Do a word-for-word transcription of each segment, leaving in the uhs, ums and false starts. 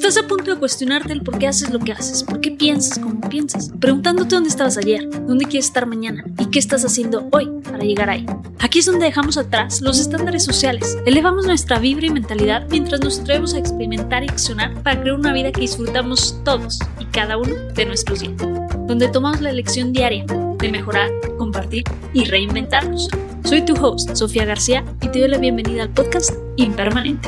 Estás a punto de cuestionarte el por qué haces lo que haces, por qué piensas como piensas, preguntándote dónde estabas ayer, dónde quieres estar mañana y qué estás haciendo hoy para llegar ahí. Aquí es donde dejamos atrás los estándares sociales, elevamos nuestra vibra y mentalidad mientras nos atrevemos a experimentar y accionar para crear una vida que disfrutamos todos y cada uno de nuestros días, donde tomamos la elección diaria de mejorar, compartir y reinventarnos. Soy tu host, Sofía García, y te doy la bienvenida al podcast Impermanente.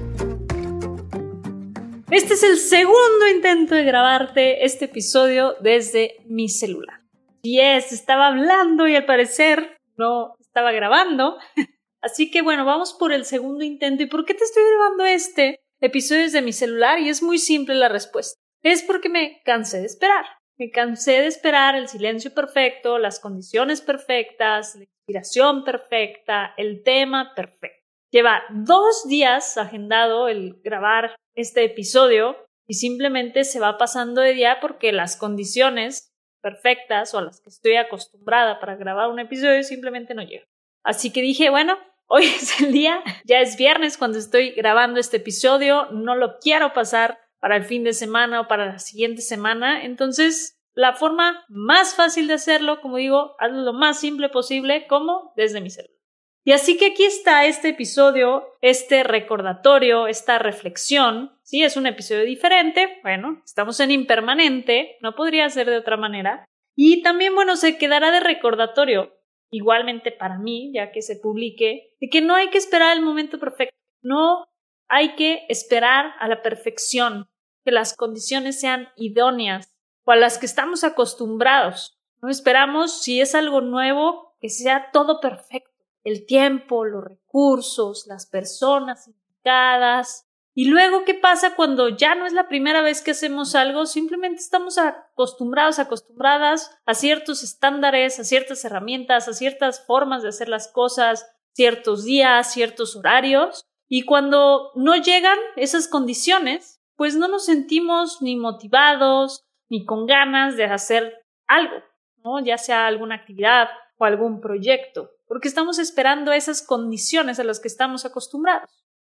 Este es el segundo intento de grabarte este episodio desde mi celular. Yes, estaba hablando y al parecer no estaba grabando. Así que bueno, vamos por el segundo intento. ¿Y por qué te estoy grabando este episodio desde mi celular? Y es muy simple la respuesta. Es porque me cansé de esperar. Me cansé de esperar el silencio perfecto, las condiciones perfectas, la inspiración perfecta, el tema perfecto. Lleva dos días agendado el grabar este episodio y simplemente se va pasando de día porque las condiciones perfectas o a las que estoy acostumbrada para grabar un episodio simplemente no llegan. Así que dije, bueno, hoy es el día, ya es viernes cuando estoy grabando este episodio, no lo quiero pasar para el fin de semana o para la siguiente semana, entonces la forma más fácil de hacerlo, como digo, hazlo lo más simple posible, como desde mi celular. Y así que aquí está este episodio, este recordatorio, esta reflexión. Sí, es un episodio diferente. Bueno, estamos en Impermanente, no podría ser de otra manera. Y también, bueno, se quedará de recordatorio, igualmente para mí, ya que se publique, de que no hay que esperar el momento perfecto. No hay que esperar a la perfección, que las condiciones sean idóneas o a las que estamos acostumbrados. No esperamos, si es algo nuevo, que sea todo perfecto. El tiempo, los recursos, las personas indicadas. Y luego, ¿qué pasa cuando ya no es la primera vez que hacemos algo? Simplemente estamos acostumbrados, acostumbradas a ciertos estándares, a ciertas herramientas, a ciertas formas de hacer las cosas, ciertos días, ciertos horarios. Y cuando no llegan esas condiciones, pues no nos sentimos ni motivados, ni con ganas de hacer algo, ¿no? Ya sea alguna actividad o algún proyecto, porque estamos esperando esas condiciones a las que estamos acostumbrados.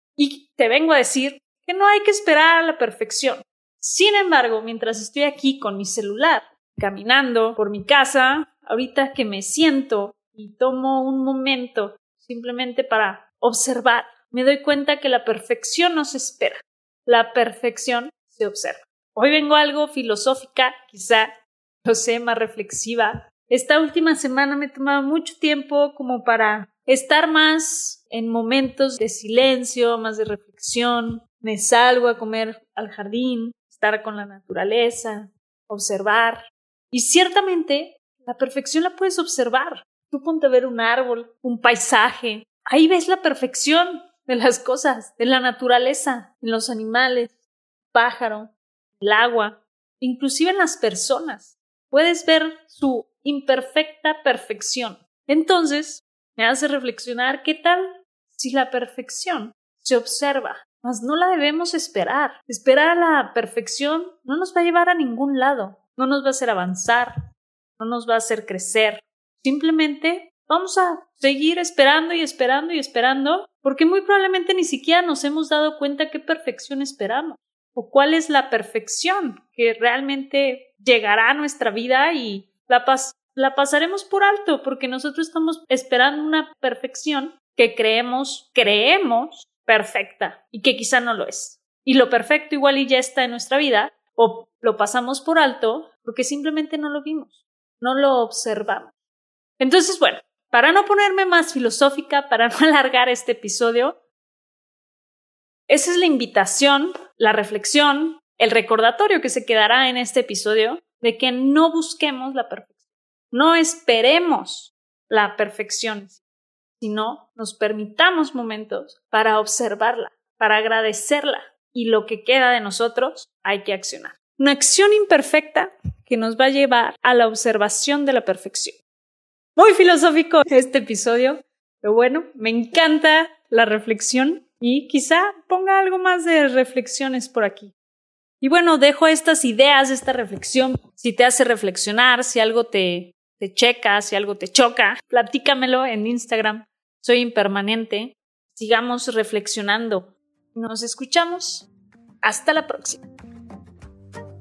Y te vengo a decir que no hay que esperar a la perfección. Sin embargo, mientras estoy aquí con mi celular, caminando por mi casa, ahorita que me siento y tomo un momento simplemente para observar, me doy cuenta que la perfección no se espera, la perfección se observa. Hoy vengo algo filosófica, quizá, lo sé, más reflexiva. Esta última semana me he tomado mucho tiempo como para estar más en momentos de silencio, más de reflexión. Me salgo a comer al jardín, estar con la naturaleza, observar. Y ciertamente la perfección la puedes observar. Tú ponte a ver un árbol, un paisaje. Ahí ves la perfección de las cosas, de la naturaleza, en los animales, el pájaro, el agua, inclusive en las personas. Puedes ver su imperfecta perfección. Entonces, me hace reflexionar qué tal si la perfección se observa, mas no la debemos esperar. Esperar a la perfección no nos va a llevar a ningún lado, no nos va a hacer avanzar, no nos va a hacer crecer. Simplemente vamos a seguir esperando y esperando y esperando, porque muy probablemente ni siquiera nos hemos dado cuenta qué perfección esperamos o cuál es la perfección que realmente llegará a nuestra vida y la, pas- la pasaremos por alto porque nosotros estamos esperando una perfección que creemos, creemos perfecta y que quizá no lo es. Y lo perfecto igual y ya está en nuestra vida o lo pasamos por alto porque simplemente no lo vimos, no lo observamos. Entonces, bueno, para no ponerme más filosófica, para no alargar este episodio, esa es la invitación, la reflexión, el recordatorio que se quedará en este episodio de que no busquemos la perfección, no esperemos la perfección, sino nos permitamos momentos para observarla, para agradecerla y lo que queda de nosotros hay que accionar. Una acción imperfecta que nos va a llevar a la observación de la perfección. Muy filosófico este episodio, pero bueno, me encanta la reflexión y quizá ponga algo más de reflexiones por aquí. Y bueno, dejo estas ideas, esta reflexión. Si te hace reflexionar, si algo te, te checa, si algo te choca, platícamelo en Instagram. Soy Impermanente. Sigamos reflexionando. Nos escuchamos. Hasta la próxima.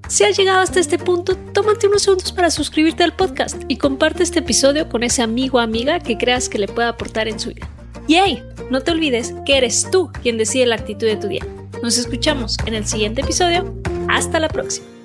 Si has llegado hasta este punto, tómate unos segundos para suscribirte al podcast y comparte este episodio con ese amigo o amiga que creas que le pueda aportar en su vida. Y hey, no te olvides que eres tú quien decide la actitud de tu día. Nos escuchamos en el siguiente episodio. Hasta la próxima.